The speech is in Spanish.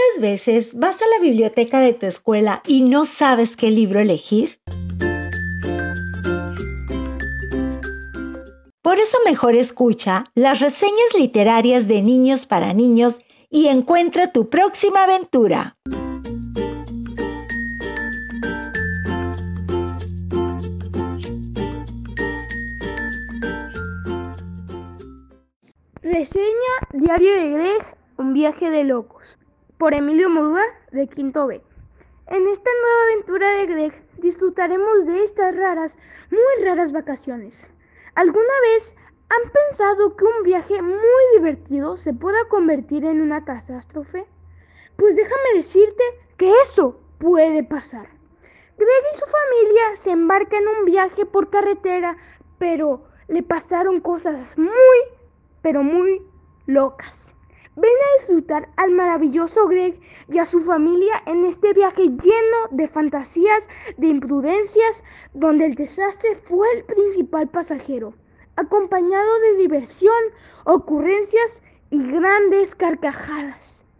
¿Cuántas veces vas a la biblioteca de tu escuela y no sabes qué libro elegir? Por eso mejor escucha las reseñas literarias de Niños para Niños y encuentra tu próxima aventura. Reseña Diario de Greg, un viaje de locos, por Emilio Murúa, de Quinto B. En esta nueva aventura de Greg disfrutaremos de estas muy raras vacaciones. ¿Alguna vez han pensado que un viaje muy divertido se pueda convertir en una catástrofe? Pues déjame decirte que eso puede pasar. Greg y su familia se embarcan en un viaje por carretera, pero le pasaron cosas muy locas. Ven a disfrutar al maravilloso Greg y a su familia en este viaje lleno de fantasías, de imprudencias, donde el desastre fue el principal pasajero, acompañado de diversión, ocurrencias y grandes carcajadas.